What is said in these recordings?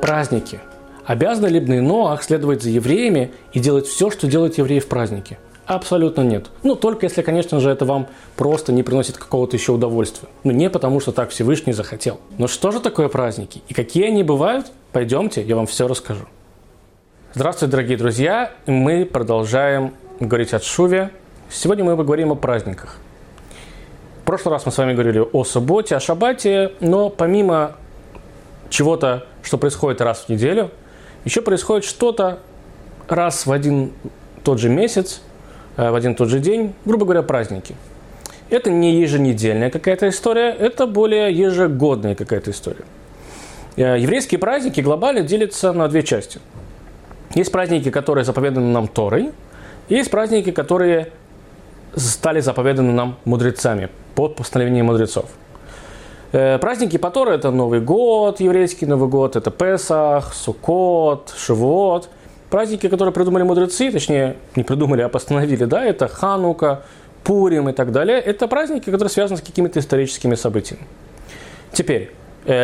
праздники. Обязаны ли Бней Ноах следовать за евреями и делать все, что делают евреи в празднике? Абсолютно нет. Только если, конечно же, это вам просто не приносит какого-то еще удовольствия. Не потому, что так Всевышний захотел. Но что же такое праздники? И какие они бывают? Пойдемте, я вам все расскажу. Здравствуйте, дорогие друзья. Мы продолжаем говорить о Тшуве. Сегодня мы поговорим о праздниках. В прошлый раз мы с вами говорили о субботе, о шаббате, но помимо чего-то, что происходит раз в неделю, еще происходит что-то раз в один тот же месяц, в один тот же день, грубо говоря, праздники. Это не еженедельная какая-то история, это более ежегодная какая-то история. Еврейские праздники глобально делятся на две части. Есть праздники, которые заповеданы нам Торой, и есть праздники, которые стали заповеданы нам мудрецами, под постановлением мудрецов. Праздники по Торе – это Новый год, еврейский Новый год, это Песах, Суккот, Шавуот. Праздники, которые придумали мудрецы, точнее, не придумали, а постановили, это Ханука, Пурим и так далее. Это праздники, которые связаны с какими-то историческими событиями. Теперь,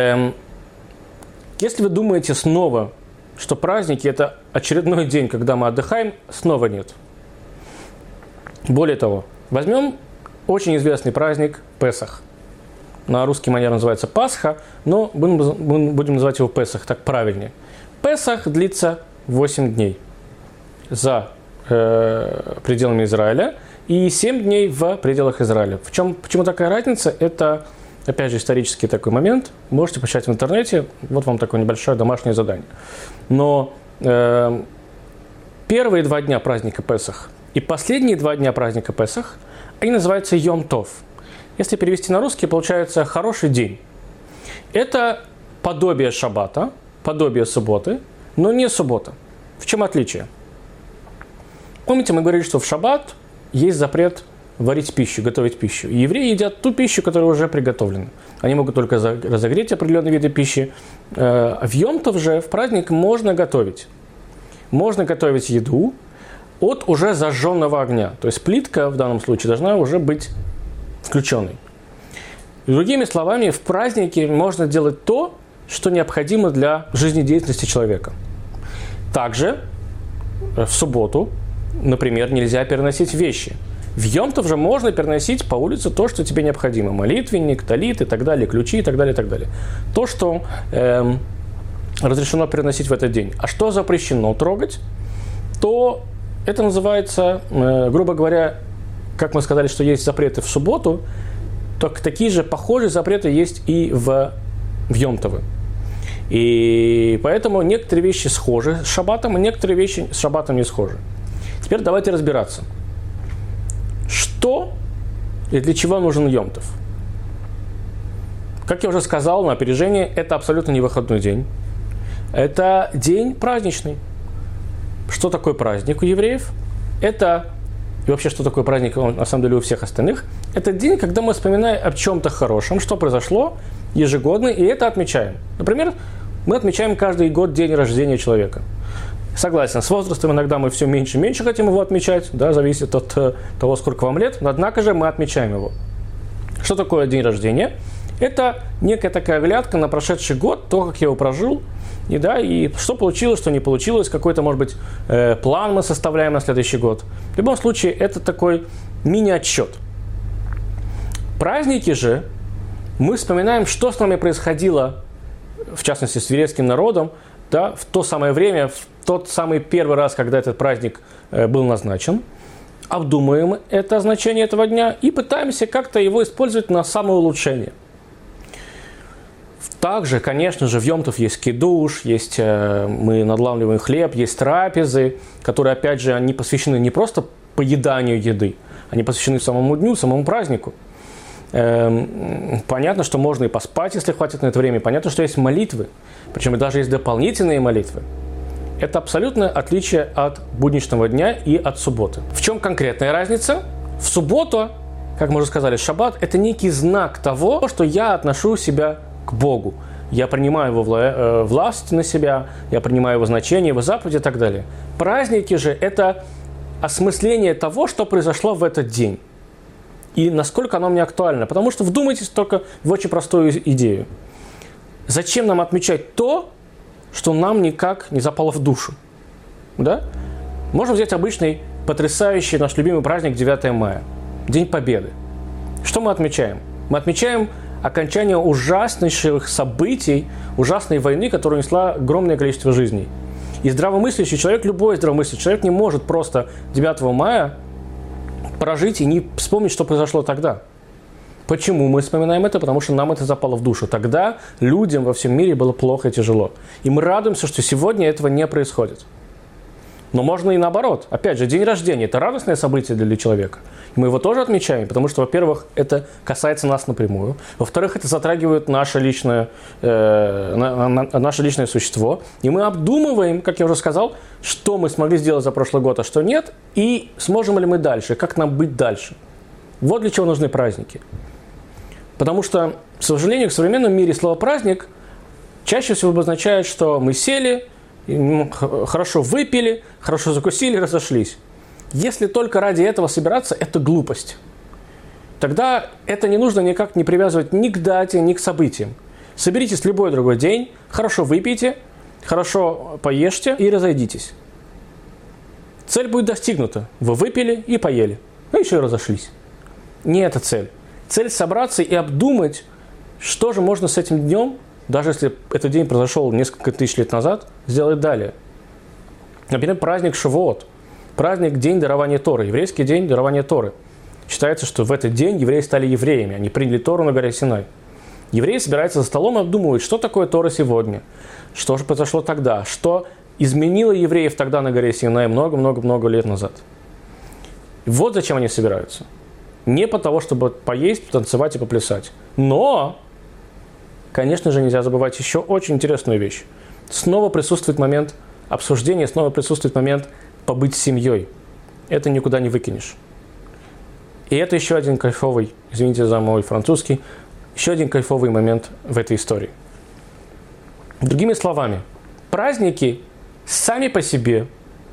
если вы думаете снова, что праздники – это очередной день, когда мы отдыхаем, снова нет. Более того, возьмем очень известный праздник Песах. На русский манер называется Пасха, но будем называть его Песах, так правильнее. Песах длится 8 дней за пределами Израиля и 7 дней в пределах Израиля. Почему такая разница? Это, опять же, исторический такой момент. Можете почитать в интернете. Вот вам такое небольшое домашнее задание. Но первые 2 дня праздника Песах и последние 2 дня праздника Песах, они называются Йом Тов. Если перевести на русский, получается «хороший день». Это подобие шаббата, подобие субботы, но не суббота. В чем отличие? Помните, мы говорили, что в шаббат есть запрет варить пищу, готовить пищу. И евреи едят ту пищу, которая уже приготовлена. Они могут только разогреть определенные виды пищи. В Йом Тов же, в праздник, можно готовить. Можно готовить еду от уже зажженного огня. То есть плитка в данном случае должна уже быть включенный. Другими словами, в празднике можно делать то, что необходимо для жизнедеятельности человека. Также в субботу, например, нельзя переносить вещи. В Йом Тов же можно переносить по улице то, что тебе необходимо. Молитвенник, талит и так далее, ключи и так далее, и так далее. То, что разрешено переносить в этот день. А что запрещено трогать, то это называется, грубо говоря, как мы сказали, что есть запреты в субботу, то такие же похожие запреты есть и в Йом Товы. И поэтому некоторые вещи схожи с шаббатом, а некоторые вещи с шаббатом не схожи. Теперь давайте разбираться. Что и для чего нужен Йом Тов? Как я уже сказал на опережение, это абсолютно не выходной день. Это день праздничный. Что такое праздник у евреев? И вообще, что такое праздник, на самом деле, у всех остальных? Это день, когда мы вспоминаем о чем-то хорошем, что произошло ежегодно, и это отмечаем. Например, мы отмечаем каждый год день рождения человека. Согласен, с возрастом иногда мы все меньше и меньше хотим его отмечать, зависит от того, сколько вам лет, но однако же мы отмечаем его. Что такое день рождения? Это некая такая оглядка на прошедший год, то, как я его прожил, и что получилось, что не получилось, какой-то, может быть, план мы составляем на следующий год. В любом случае, это такой мини-отчет. Праздники же, мы вспоминаем, что с нами происходило, в частности, с еврейским народом, в то самое время, в тот самый первый раз, когда этот праздник был назначен, обдумываем это значение этого дня и пытаемся как-то его использовать на самоулучшение. Также, конечно же, в Йом Тов есть кидуш, мы надламливаем хлеб, есть трапезы, которые, опять же, они посвящены не просто поеданию еды, они посвящены самому дню, самому празднику. Понятно, что можно и поспать, если хватит на это время. Понятно, что есть молитвы, причем даже есть дополнительные молитвы. Это абсолютное отличие от будничного дня и от субботы. В чем конкретная разница? В субботу, как мы уже сказали, шаббат – это некий знак того, что я отношу себя к Богу. Я принимаю его власть на себя, я принимаю его значение, его заповеди и так далее. Праздники же – это осмысление того, что произошло в этот день. И насколько оно мне актуально. Потому что вдумайтесь только в очень простую идею. Зачем нам отмечать то, что нам никак не запало в душу. Да? Можно взять обычный, потрясающий наш любимый праздник 9 мая. День Победы. Что мы отмечаем? Мы отмечаем окончание ужаснейших событий, ужасной войны, которая унесла огромное количество жизней. И здравомыслящий человек, любой здравомыслящий человек не может просто 9 мая прожить и не вспомнить, что произошло тогда. Почему мы вспоминаем это? Потому что нам это запало в душу. Тогда людям во всем мире было плохо и тяжело. И мы радуемся, что сегодня этого не происходит. Но можно и наоборот. Опять же, день рождения – это радостное событие для человека. И мы его тоже отмечаем, потому что, во-первых, это касается нас напрямую. Во-вторых, это затрагивает наше личное существо. И мы обдумываем, как я уже сказал, что мы смогли сделать за прошлый год, а что нет, и сможем ли мы дальше, как нам быть дальше. Вот для чего нужны праздники. Потому что, к сожалению, в современном мире слово «праздник» чаще всего обозначает, что мы сели, хорошо выпили, хорошо закусили, разошлись. Если только ради этого собираться, это глупость. Тогда это не нужно никак не привязывать ни к дате, ни к событиям. Соберитесь в любой другой день, хорошо выпейте, хорошо поешьте и разойдитесь. Цель будет достигнута. Вы выпили и поели, а еще и разошлись. Не это цель. Цель собраться и обдумать, что же можно с этим днем, даже если этот день произошел несколько тысяч лет назад, сделать далее. Например, праздник Шавуот. Праздник День дарования Торы. Еврейский день дарования Торы. Считается, что в этот день евреи стали евреями. Они приняли Тору на горе Синай. Евреи собираются за столом и обдумывают, что такое Тора сегодня, что же произошло тогда, что изменило евреев тогда на горе Синай много-много-много лет назад. И вот зачем они собираются. Не по того, чтобы поесть, потанцевать и поплясать. Но, конечно же, нельзя забывать еще очень интересную вещь. Снова присутствует момент обсуждения, снова присутствует момент побыть с семьей. Это никуда не выкинешь. И это еще один кайфовый, извините за мой французский, еще один кайфовый момент в этой истории. Другими словами, праздники сами по себе,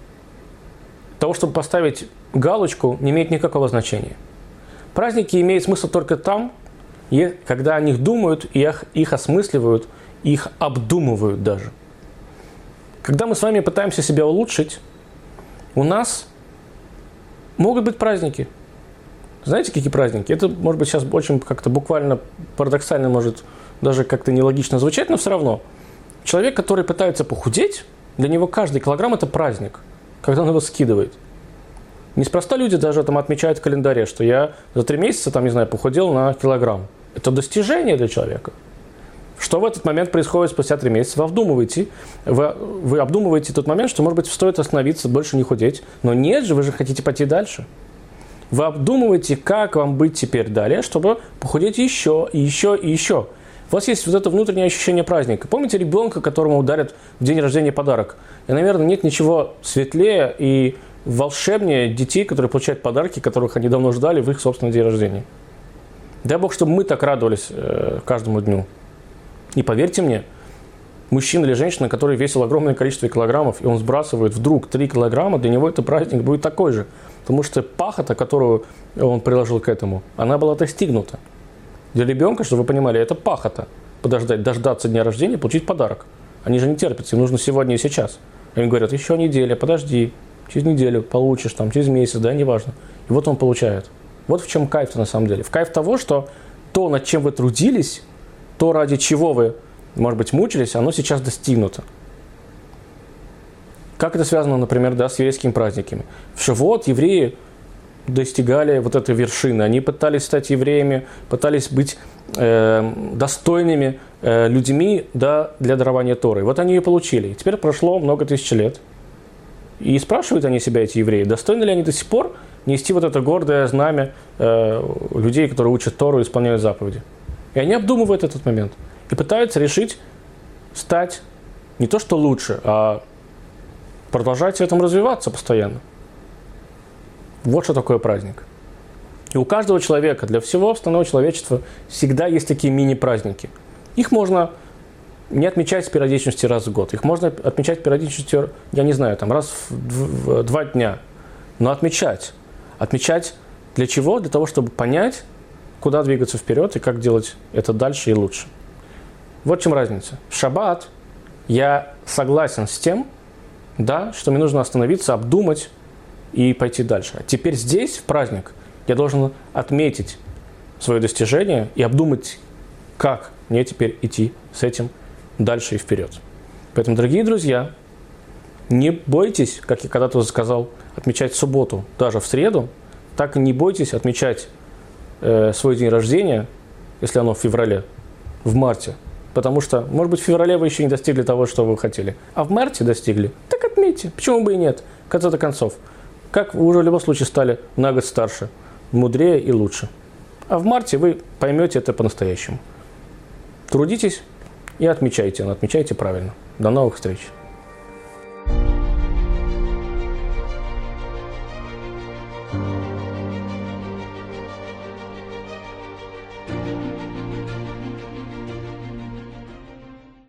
того, чтобы поставить галочку, не имеют никакого значения. Праздники имеют смысл только там, когда о них думают, и их осмысливают, их обдумывают даже. Когда мы с вами пытаемся себя улучшить, у нас могут быть праздники. Знаете, какие праздники? Это, может быть, сейчас очень как-то буквально парадоксально, может даже как-то нелогично звучать, но все равно. Человек, который пытается похудеть, для него каждый килограмм – это праздник, когда он его скидывает. Неспроста люди даже там отмечают в календаре, что я за 3 месяца, там, не знаю, похудел на килограмм. Это достижение для человека. Что в этот момент происходит спустя 3 месяца? Вы обдумываете тот момент, что, может быть, стоит остановиться, больше не худеть. Но нет же, вы же хотите пойти дальше. Вы обдумываете, как вам быть теперь далее, чтобы похудеть еще, и еще, и еще. У вас есть вот это внутреннее ощущение праздника. Помните ребенка, которому ударят в день рождения подарок? И, наверное, нет ничего светлее и волшебнее детей, которые получают подарки, которых они давно ждали в их собственный день рождения. Дай Бог, чтобы мы так радовались каждому дню. И поверьте мне, мужчина или женщина, который весил огромное количество килограммов, и он сбрасывает вдруг 3 килограмма, для него этот праздник будет такой же. Потому что пахота, которую он приложил к этому, она была достигнута. Для ребенка, чтобы вы понимали, это пахота. Дождаться дня рождения, получить подарок. Они же не терпятся, им нужно сегодня и сейчас. Они говорят, еще неделя, подожди, через неделю получишь, там, через месяц, да, неважно. И вот он получает. Вот в чем кайф-то на самом деле. В кайф того, что то, над чем вы трудились, то, ради чего вы, может быть, мучились, оно сейчас достигнуто. Как это связано, например, да, с еврейскими праздниками? В Шавуот евреи достигали вот этой вершины. Они пытались стать евреями, пытались быть достойными людьми, да, для дарования Торы. Вот они ее получили. И теперь прошло много тысяч лет. И спрашивают они себя, эти евреи, достойны ли они до сих пор нести вот это гордое знамя людей, которые учат Тору и исполняют заповеди. И они обдумывают этот момент. И пытаются решить стать не то что лучше, а продолжать в этом развиваться постоянно. Вот что такое праздник. И у каждого человека, для всего остального человечества всегда есть такие мини-праздники. Их можно не отмечать с периодичностью раз в год. Их можно отмечать периодичностью, я не знаю, там раз в 2 дня. Но отмечать. Отмечать для чего? Для того, чтобы понять, куда двигаться вперед и как делать это дальше и лучше. Вот в чем разница. В шаббат я согласен с тем, да, что мне нужно остановиться, обдумать и пойти дальше. Теперь здесь, в праздник, я должен отметить свое достижение и обдумать, как мне теперь идти с этим дальше и вперед. Поэтому, дорогие друзья, не бойтесь, как я когда-то сказал, отмечать субботу даже в среду, так и не бойтесь отмечать свой день рождения, если оно в феврале, в марте. Потому что, может быть, в феврале вы еще не достигли того, что вы хотели, а в марте достигли. Так отметьте. Почему бы и нет? В конце концов, как вы уже в любом случае стали на год старше, мудрее и лучше. А в марте вы поймете это по-настоящему. Трудитесь и отмечайте, но отмечайте правильно. До новых встреч!